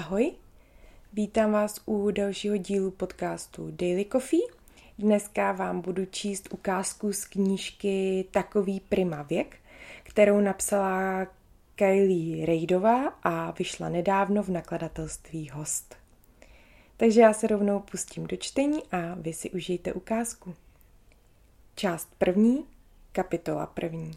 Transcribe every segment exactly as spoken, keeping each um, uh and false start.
Ahoj, vítám vás u dalšího dílu podcastu Daily Coffee. Dneska vám budu číst ukázku z knížky Takový prima věk, kterou napsala Kylie Reidová a vyšla nedávno v nakladatelství Host. Takže já se rovnou pustím do čtení a vy si užijte ukázku. Část první, kapitola první.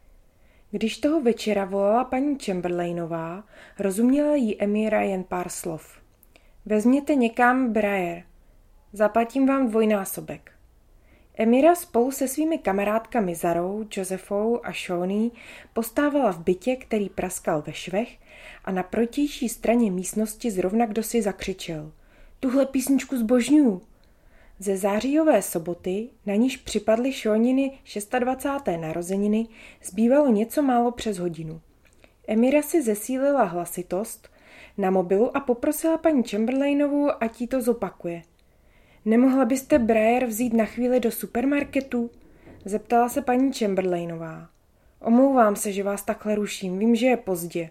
Když toho večera volala paní Chamberlainová, rozuměla jí Emira jen pár slov. Vezměte někam Briar. Zaplatím vám dvojnásobek. Emira spolu se svými kamarádkami Zarou, Josephou a Shawnee postávala v bytě, který praskal ve švech, a na protější straně místnosti zrovna kdosi zakřičel. Tuhle písničku zbožňuju. Ze zářijové soboty, na níž připadly Shawniny dvacáté šesté narozeniny, zbývalo něco málo přes hodinu. Emira si zesílila hlasitost na mobilu a poprosila paní Chamberlainovou, ať jí to zopakuje. Nemohla byste Briar vzít na chvíli do supermarketu? Zeptala se paní Chamberlainová. Omlouvám se, že vás takhle ruším, vím, že je pozdě.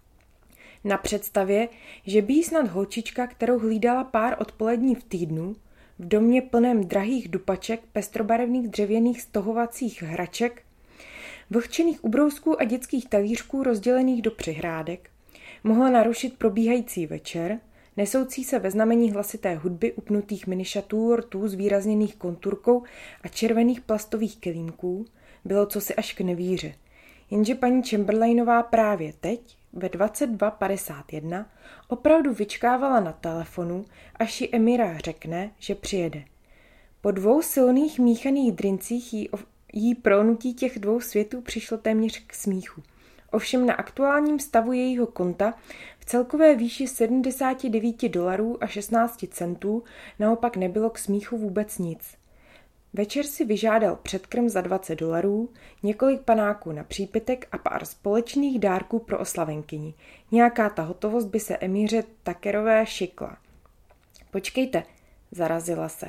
Na představě, že by jí snad holčička, kterou hlídala pár odpolední v týdnu, v domě plném drahých dupaček, pestrobarevných dřevěných stohovacích hraček, vlhčených ubrousků a dětských talířků rozdělených do přihrádek, mohla narušit probíhající večer, nesoucí se ve znamení hlasité hudby upnutých minišatůr, tů zvýrazněných konturkou a červených plastových kelímků, bylo cosi až k nevíře. Jenže paní Chamberlainová právě teď, ve dvacet dva padesát jedna, opravdu vyčkávala na telefonu, až ji Emira řekne, že přijede. Po dvou silných míchaných drincích jí, jí prolnutí těch dvou světů přišlo téměř k smíchu. Ovšem na aktuálním stavu jejího konta v celkové výši sedmdesát devět dolarů a šestnáct centů naopak nebylo k smíchu vůbec nic. Večer si vyžádal předkrm za dvacet dolarů, několik panáků na přípitek a pár společných dárků pro oslavenkyni. Nějaká ta hotovost by se Emíře Tuckerové šikla. Počkejte, zarazila se.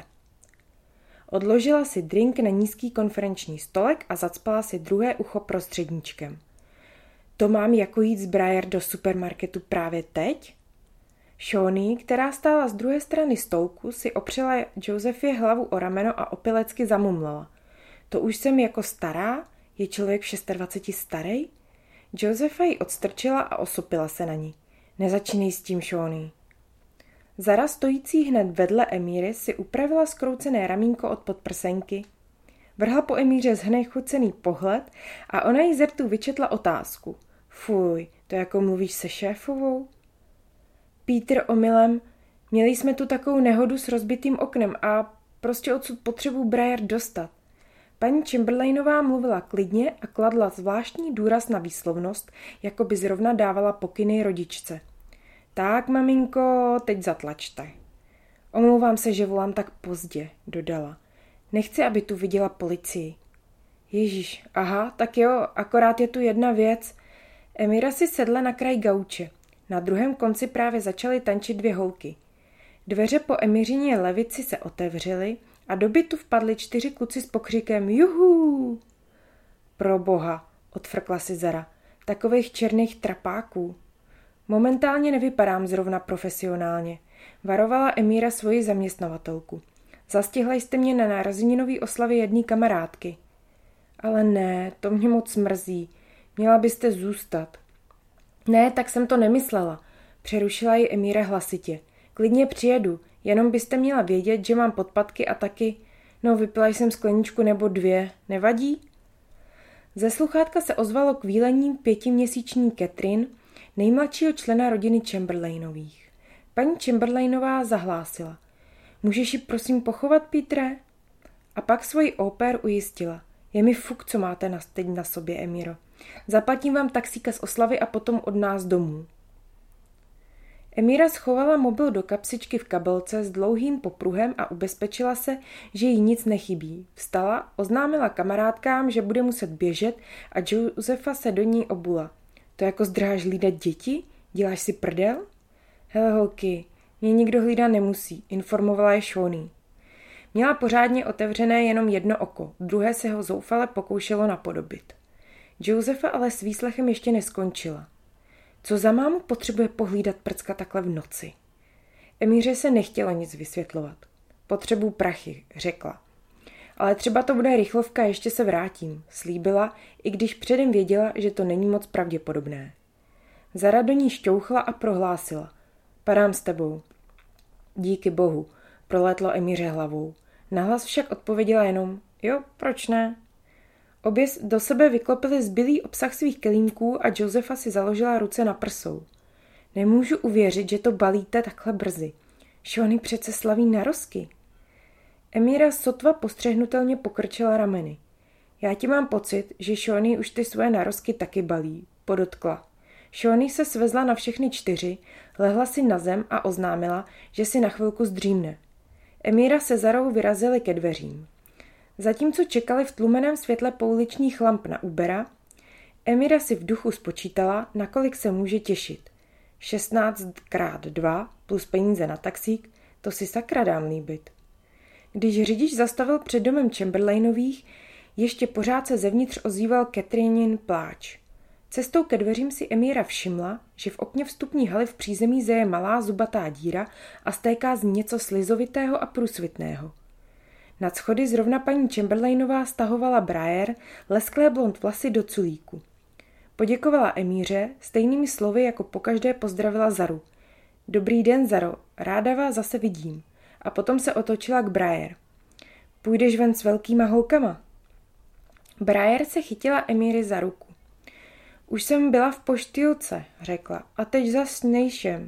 Odložila si drink na nízký konferenční stolek a zacpala si druhé ucho prostředníčkem. To mám jako jít z Briar do supermarketu právě teď? Shawnee, která stála z druhé strany stolku, si opřela Josephě hlavu o rameno a opilecky zamumlala. To už jsem jako stará? Je člověk v dvaceti šesti starý? Josepha ji odstrčila a osopila se na ní. Nezačínej s tím, Shawnee. Zara, stojící hned vedle Emíry, si upravila skroucené ramínko od podprsenky. Vrhla po Emíře zhnechucený pohled a ona jí ze rtu vyčetla otázku. Fuj, to jako mluvíš se šéfovou? Peter, omylem, měli jsme tu takovou nehodu s rozbitým oknem a prostě odsud potřebuji Briar dostat. Paní Chamberlainová mluvila klidně a kladla zvláštní důraz na výslovnost, jako by zrovna dávala pokyny rodičce. Tak, maminko, teď zatlačte. Omlouvám se, že volám tak pozdě, dodala. Nechci, aby tu viděla policii. Ježíš, aha, tak jo, akorát je tu jedna věc. Emira si sedla na kraj gauče. Na druhém konci právě začaly tančit dvě holky. Dveře po Emiřině levici se otevřely a do bytu vpadli čtyři kluci s pokřikem juhu. Proboha, odfrkla si Zara, takových černých trapáků. Momentálně nevypadám zrovna profesionálně, varovala Emira svoji zaměstnavatelku. Zastihla jste mě na narozeninový oslavě jedné kamarádky. Ale ne, to mě moc mrzí. Měla byste zůstat. Ne, tak jsem to nemyslela, přerušila ji Emíra hlasitě. Klidně přijedu, jenom byste měla vědět, že mám podpatky a taky, no vypila jsem skleničku nebo dvě, nevadí? Ze sluchátka se ozvalo kvílení pětiměsíční Catherine, nejmladšího člena rodiny Chamberlainových. Paní Chamberlainová zahlásila. Můžeš ji prosím pochovat, Petre? A pak svoji opér ujistila. Je mi fuk, co máte na, teď na sobě, Emiro. Zaplatím vám taxíka z oslavy a potom od nás domů. Emira schovala mobil do kapsičky v kabelce s dlouhým popruhem a ubezpečila se, že jí nic nechybí. Vstala, oznámila kamarádkám, že bude muset běžet a Josefa se do ní obula. To jako zdrháš hlídat děti? Děláš si prdel? Hele holky, mě nikdo hlídat nemusí, informovala je Shawnee. Měla pořádně otevřené jenom jedno oko, druhé se ho zoufale pokoušelo napodobit. Josefa ale s výslechem ještě neskončila. Co za mámu potřebuje pohlídat prcka takhle v noci? Emíře se nechtělo nic vysvětlovat. Potřebuji prachy, řekla. Ale třeba to bude rychlovka, ještě se vrátím, slíbila, i když předem věděla, že to není moc pravděpodobné. Zara do ní šťouchla a prohlásila. Padám s tebou. Díky bohu, prolétlo Emíře hlavou. Nahlas však odpověděla jenom, jo, proč ne? Obě do sebe vyklopily zbylý obsah svých kelímků a Josefa si založila ruce na prsou. Nemůžu uvěřit, že to balíte takhle brzy. Shawnee přece slaví narozky. Emíra sotva postřehnutelně pokrčila rameny. Já ti mám pocit, že Shawnee už ty svoje narozky taky balí, podotkla. Shawnee se svezla na všechny čtyři, lehla si na zem a oznámila, že si na chvilku zdřímne. Emíra se Zarou vyrazili ke dveřím. Zatímco čekali v tlumeném světle pouličních lamp na Ubera, Emíra si v duchu spočítala, nakolik se může těšit. šestnáct krát dva plus peníze na taxík, to si sakra dám líbit. Když řidič zastavil před domem Chamberlainových, ještě pořád se zevnitř ozýval Catherinein pláč. Cestou ke dveřím si Emíra všimla, že v okně vstupní haly v přízemí zeje malá zubatá díra a stéká z ní něco slizovitého a průsvitného. Nad schody zrovna paní Chamberlainová stahovala Briar lesklé blond vlasy do culíku. Poděkovala Emíře, stejnými slovy jako pokaždé pozdravila Zaru. Dobrý den, Zaro, ráda vás zase vidím. A potom se otočila k Briar. Půjdeš ven s velkýma holkama? Briar se chytila Emíry za ruku. Už jsem byla v poštýlce, řekla, a teď zas nejšem.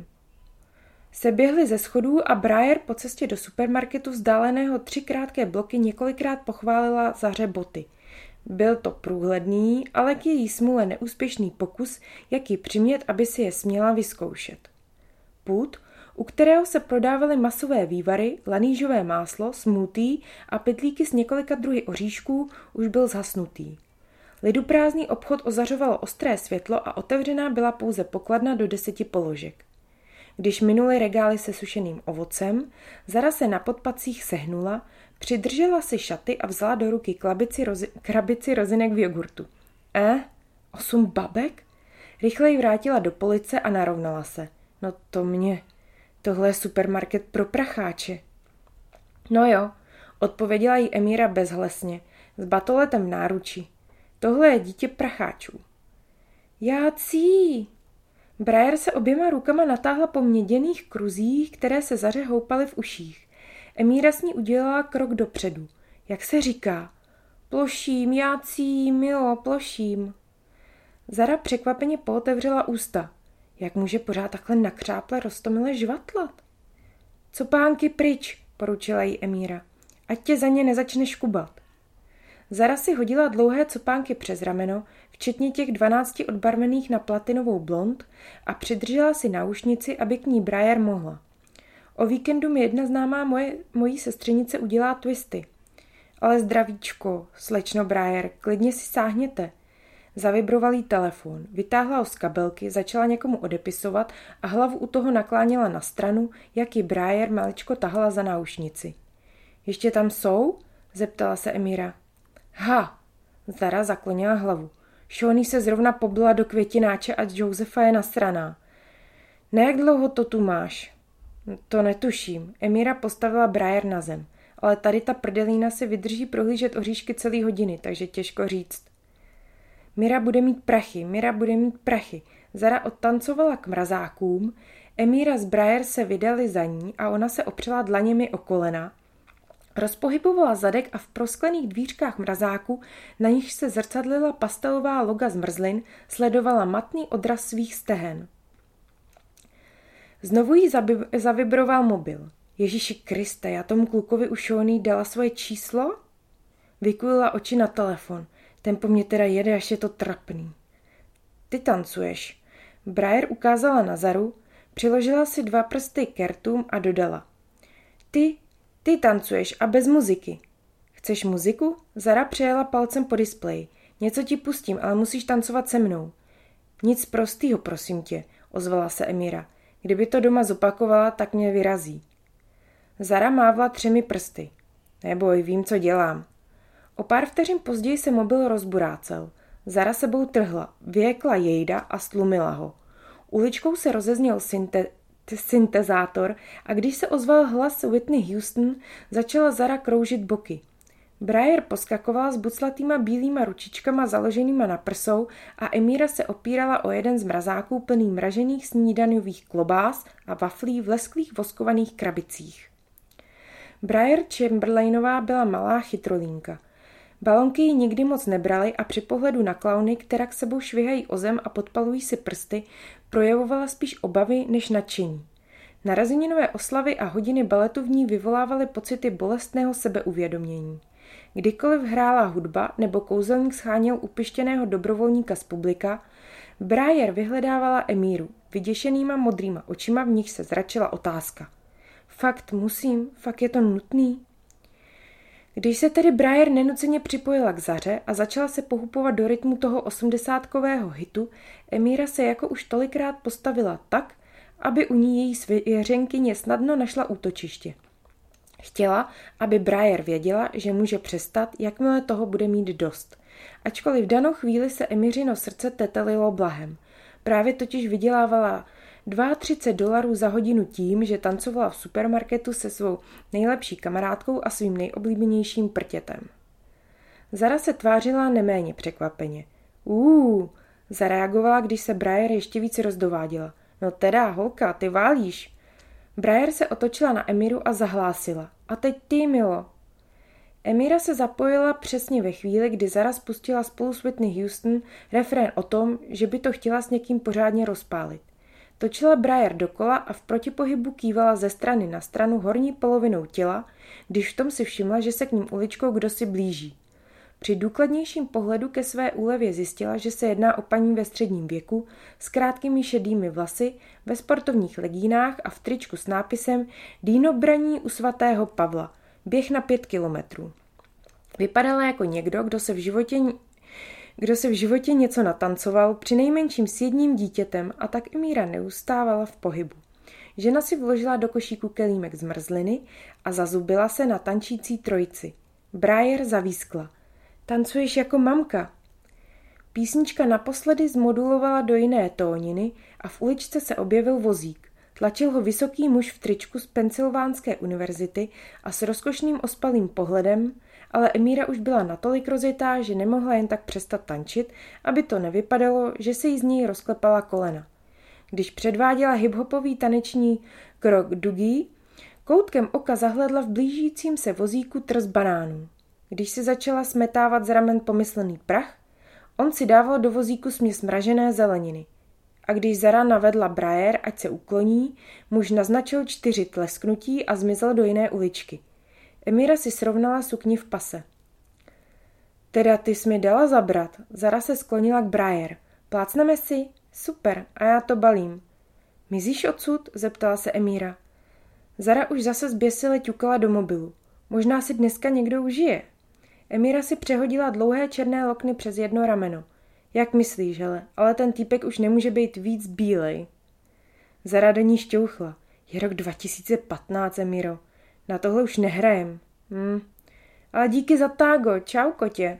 Seběhli ze schodů a Briar po cestě do supermarketu vzdáleného tři krátké bloky několikrát pochválila Zaře boty. Byl to průhledný, ale k její smůle neúspěšný pokus, jak ji přimět, aby si je směla vyzkoušet. Pult, u kterého se prodávaly masové vývary, lanížové máslo, smoothie a pytlíky s několika druhy oříšků, už byl zhasnutý. Liduprázdný obchod ozařovalo ostré světlo a otevřená byla pouze pokladna do deseti položek. Když minuli regály se sušeným ovocem, Zara se na podpacích sehnula, přidržela si šaty a vzala do ruky klabici rozi, krabici rozinek v jogurtu. Eh? Osm babek? Rychle ji vrátila do police a narovnala se. No to mě. Tohle je supermarket pro pracháče. No jo, odpověděla jí Emíra bezhlesně, s batoletem v náručí. Tohle je dítě pracháčů. Jácí! Briar se oběma rukama natáhla po měděných kruzích, které se Zaře houpaly v uších. Emíra s ní udělala krok dopředu. Jak se říká? Ploším, jácí, milo, ploším. Zara překvapeně pootevřela ústa. Jak může pořád takhle nakřáple roztomile žvatlat? Co pánky pryč, poručila jí Emíra. Ať tě za ně nezačne škubat. Zara si hodila dlouhé copánky přes rameno, včetně těch dvanácti odbarvených na platinovou blond a přidržela si náušnici, aby k ní Briar mohla. O víkendu mi jedna známá moje, mojí sestřenice udělá twisty. Ale zdravíčko, slečno Briar, klidně si sáhněte. Zavibroval jí telefon, vytáhla ho z kabelky, začala někomu odepisovat a hlavu u toho nakláněla na stranu, jak ji Briar maličko tahala za náušnici. Ještě tam jsou? Zeptala se Emíra. Ha! Zara zaklonila hlavu. Shawnee se zrovna pobila do květináče a Josefa je nasraná. Ne, jak dlouho to tu máš? To netuším. Emíra postavila Briar na zem. Ale tady ta prdelína si vydrží prohlížet oříšky celý hodiny, takže těžko říct. Mira bude mít prachy, Mira bude mít prachy. Zara odtancovala k mrazákům, Emíra s Briar se vydali za ní a ona se opřela dlaněmi o kolena, rozpohybovala zadek a v prosklených dvířkách mrazáku, na nichž se zrcadlila pastelová loga zmrzlin, sledovala matný odraz svých stehen. Znovu jí zavibroval mobil. Ježíši Kriste, já tomu klukovi u Shawnee dala svoje číslo? Vykulila oči na telefon. Ten po mně teda jede, až je to trapný. Ty tancuješ. Briar ukázala na Zaru, přiložila si dva prsty k rtům a dodala. Ty, ty tancuješ a bez muziky. Chceš muziku? Zara přejela palcem po displeji. Něco ti pustím, ale musíš tancovat se mnou. Nic prostýho, prosím tě, ozvala se Emíra. Kdyby to doma zopakovala, tak mě vyrazí. Zara mávla třemi prsty. Neboj, vím, co dělám. O pár vteřin později se mobil rozburácel. Zara sebou trhla, vyjekla jejda a stlumila ho. Uličkou se rozezněl synte- syntezátor a když se ozval hlas Whitney Houston, začala Zara kroužit boky. Briar poskakovala s buclatýma bílýma ručičkama založenýma na prsou a Emíra se opírala o jeden z mrazáků plný mražených snídaňových klobás a waflí v lesklých voskovaných krabicích. Briar Chamberlainová byla malá chytrolínka. Balonky ji nikdy moc nebraly a při pohledu na klauny, která k sebou švihají o zem a podpalují si prsty, projevovala spíš obavy než nadšení. Narozeninové oslavy a hodiny baletu v ní vyvolávaly pocity bolestného sebeuvědomění. Kdykoliv hrála hudba nebo kouzelník scháněl upištěného dobrovolníka z publika, Briar vyhledávala Emíru, vyděšenýma modrýma očima, v nich se zračila otázka. Fakt musím, fakt je to nutný? Když se tedy Briar nenuceně připojila k Zaře a začala se pohupovat do rytmu toho osmdesátkového hitu, Emíra se jako už tolikrát postavila tak, aby u ní její svěřenkyně snadno našla útočiště. Chtěla, aby Briar věděla, že může přestat, jakmile toho bude mít dost. Ačkoliv v danou chvíli se Emířino srdce tetelilo blahem. Právě totiž vydělávala třicet dva dolarů za hodinu tím, že tancovala v supermarketu se svou nejlepší kamarádkou a svým nejoblíbenějším prtětem. Zara se tvářila neméně překvapeně. Uuu, zareagovala, když se Briar ještě víc rozdováděla. No teda, holka, ty válíš. Briar se otočila na Emíru a zahlásila. A teď ty, milo. Emíra se zapojila přesně ve chvíli, kdy Zara spustila spolu s Whitney Houston refrén o tom, že by to chtěla s někým pořádně rozpálit. Točila Briar dokola a v protipohybu kývala ze strany na stranu horní polovinou těla, když v tom si všimla, že se k ním uličkou kdosi blíží. Při důkladnějším pohledu ke své úlevě zjistila, že se jedná o paní ve středním věku s krátkými šedými vlasy, ve sportovních legínách a v tričku s nápisem Dýnobraní u svatého Pavla, běh na pět kilometrů. Vypadala jako někdo, kdo se v životě, kdo se v životě něco natancoval, přinejmenším s jedním dítětem, a tak Emíra neustávala v pohybu. Žena si vložila do košíku kelímek zmrzliny a zazubila se na tančící trojici. Briar zavískla. Tancuješ jako mamka. Písnička naposledy zmodulovala do jiné tóniny a v uličce se objevil vozík. Tlačil ho vysoký muž v tričku z Pensylvánské univerzity a s rozkošným ospalým pohledem, ale Emíra už byla natolik rozjetá, že nemohla jen tak přestat tančit, aby to nevypadalo, že se jí z něj rozklepala kolena. Když předváděla hiphopový taneční krok dugi, koutkem oka zahledla v blížícím se vozíku trz banánů. Když si začala smetávat z ramen pomyslný prach, on si dával do vozíku směs mražené zeleniny. A když Zara navedla Briar, ať se ukloní, muž naznačil čtyři tlesknutí a zmizel do jiné uličky. Emíra si srovnala sukni v pase. Teda ty jsi mi dala zabrat. Zara se sklonila k Briar. Plácneme si? Super, a já to balím. Mizíš odsud? Zeptala se Emíra. Zara už zase zběsile ťukala do mobilu. Možná si dneska někdo užije. Emíra si přehodila dlouhé černé lokny přes jedno rameno. Jak myslíš, hele, ale ten týpek už nemůže být víc bílej. Zara do ní šťouchla. Je rok dva tisíce patnáct, Emíro. Na tohle už nehrajem. Hm. Ale díky za tágo, čau, kotě.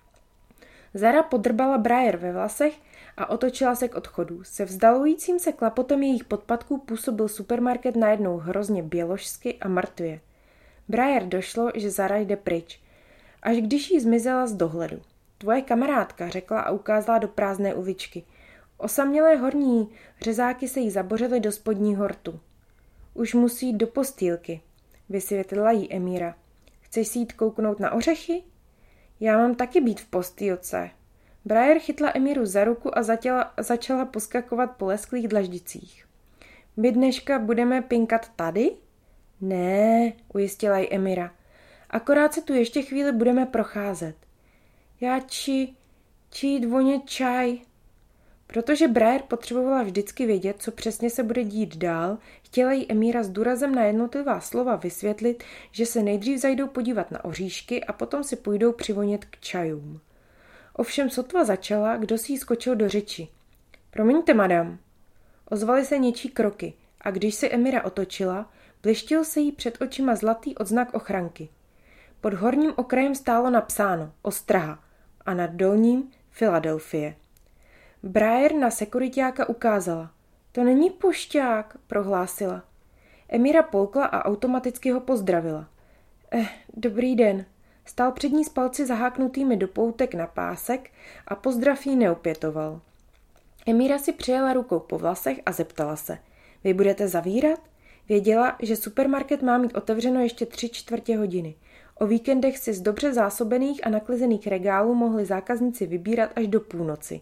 Zara podrbala Briar ve vlasech a otočila se k odchodu. Se vzdalujícím se klapotem jejich podpatků působil supermarket najednou hrozně běložsky a mrtvě. Briar došlo, že Zara jde pryč, až když jí zmizela z dohledu. Tvoje kamarádka, řekla a ukázala do prázdné uličky. Osamělé horní řezáky se jí zabořily do spodního rtu. Už musí jít do postýlky, vysvětlila jí Emíra. Chceš si jít kouknout na ořechy? Já mám taky být v postýlce. Briar chytla Emíru za ruku a zatěla, začala poskakovat po lesklých dlaždicích. My dneška budeme pinkat tady? Ne, ujistila jí Emíra. Akorát se tu ještě chvíli budeme procházet. Já či, či jít vonět čaj. Protože Briar potřebovala vždycky vědět, co přesně se bude dít dál, chtěla jí Emíra s důrazem na jednotlivá slova vysvětlit, že se nejdřív zajdou podívat na oříšky a potom si půjdou přivonět k čajům. Ovšem sotva začala, kdo si jí skočil do řeči. Promiňte, madam. Ozvaly se něčí kroky a když se Emíra otočila, blištil se jí před očima zlatý odznak ochranky. Pod horním okrajem stálo napsáno Ostraha a nad dolním Filadelfie. Briar na sekuriťáka ukázala. To není pošťák, prohlásila. Emíra polkla a automaticky ho pozdravila. Eh, dobrý den. Stál před ní s palci zaháknutými do poutek na pásek a pozdrav jí neopětoval. Emíra si přijela rukou po vlasech a zeptala se. Vy budete zavírat? Věděla, že supermarket má mít otevřeno ještě tři čtvrtě hodiny. O víkendech si z dobře zásobených a naklizených regálů mohli zákazníci vybírat až do půlnoci.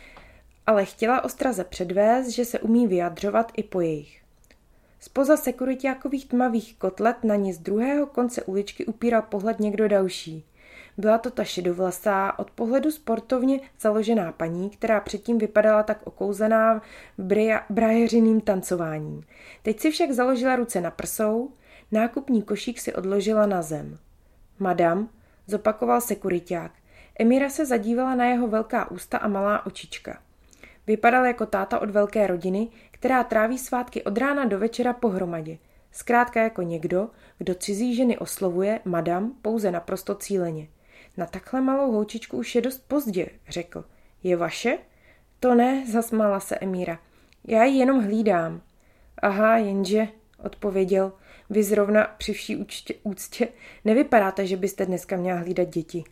Ale chtěla ostraze předvést, že se umí vyjadřovat i po jejich. Zpoza sekuriťákových tmavých kotlet na ní z druhého konce uličky upíral pohled někdo další. Byla to ta šedovlasá, od pohledu sportovně založená paní, která předtím vypadala tak okouzená brajeřiným tancováním. Teď si však založila ruce na prsou, nákupní košík si odložila na zem. Madam, zopakoval sekuriťák. Emíra se zadívala na jeho velká ústa a malá očička. Vypadal jako táta od velké rodiny, která tráví svátky od rána do večera pohromadě. Zkrátka jako někdo, kdo cizí ženy oslovuje, madam, pouze naprosto cíleně. Na takhle malou holčičku už je dost pozdě, řekl. Je vaše? To ne, zasmála se Emíra. Já ji jenom hlídám. Aha, jenže, odpověděl, vy zrovna při vší úctě, úctě nevypadáte, že byste dneska měla hlídat děti.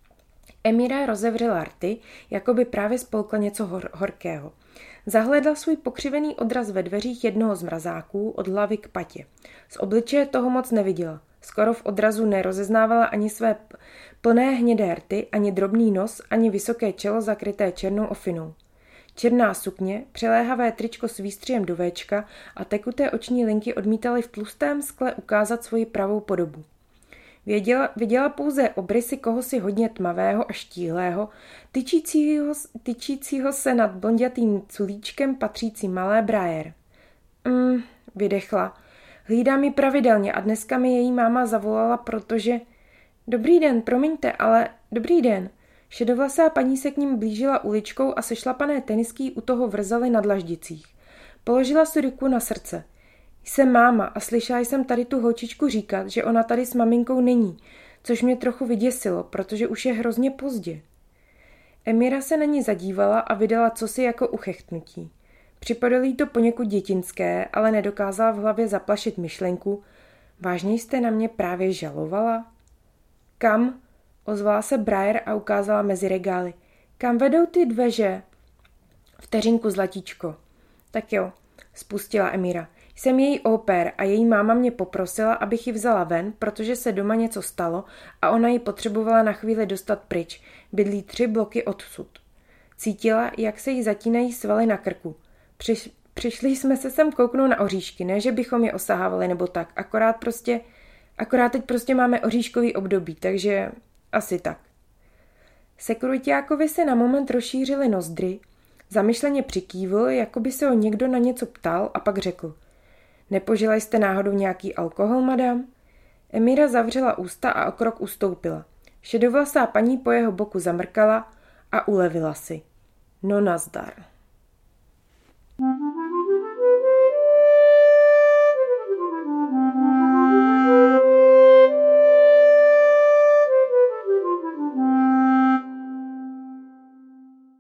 Emíra rozevřela rty, jako by právě spolkla něco hor- horkého. Zahledla svůj pokřivený odraz ve dveřích jednoho z mrazáků od hlavy k patě. Z obličeje toho moc neviděla. Skoro v odrazu nerozeznávala ani své plné hnědé rty, ani drobný nos, ani vysoké čelo zakryté černou ofinou. Černá sukně, přiléhavé tričko s výstřijem do véčka a tekuté oční linky odmítaly v tlustém skle ukázat svoji pravou podobu. Věděla, viděla pouze obrysy kohosi hodně tmavého a štíhlého, tyčícího, tyčícího se nad blondětým culíčkem patřící malé brajer. Mm, vydechla. Hlídám ji pravidelně a dneska mi její máma zavolala, protože... Dobrý den, promiňte, ale dobrý den. Šedovlasá paní se k ním blížila uličkou a sešlapané tenisky u toho vrzaly na dlaždicích. Položila si ruku na srdce. Jsem máma a slyšela jsem tady tu holčičku říkat, že ona tady s maminkou není, což mě trochu vyděsilo, protože už je hrozně pozdě. Emíra se na ní zadívala a vydala cosi jako uchechtnutí. Připadalo jí to poněkud dětinské, ale nedokázala v hlavě zaplašit myšlenku. Vážně jste na mě právě žalovala? Kam? Ozvala se Brajer a ukázala mezi regály. Kam vedou ty dveře? Vteřinku, zlatíčko. Tak jo, spustila Emíra. Jsem její opér a její máma mě poprosila, abych ji vzala ven, protože se doma něco stalo a ona ji potřebovala na chvíli dostat pryč. Bydlí tři bloky odsud. Cítila, jak se jí zatínají svaly na krku. Přiš, přišli jsme se sem kouknout na oříšky, ne, že bychom je osahávali nebo tak, akorát prostě, akorát teď prostě máme oříškový období, takže asi tak. Sekuriťákovi se na moment rozšířily nozdry, zamyšleně přikývl, jako by se ho někdo na něco ptal a pak řekl. Nepožila jste náhodou nějaký alkohol, madam? Emíra zavřela ústa a o krok ustoupila. Šedovlasá paní po jeho boku zamrkala a ulevila si. No nazdar.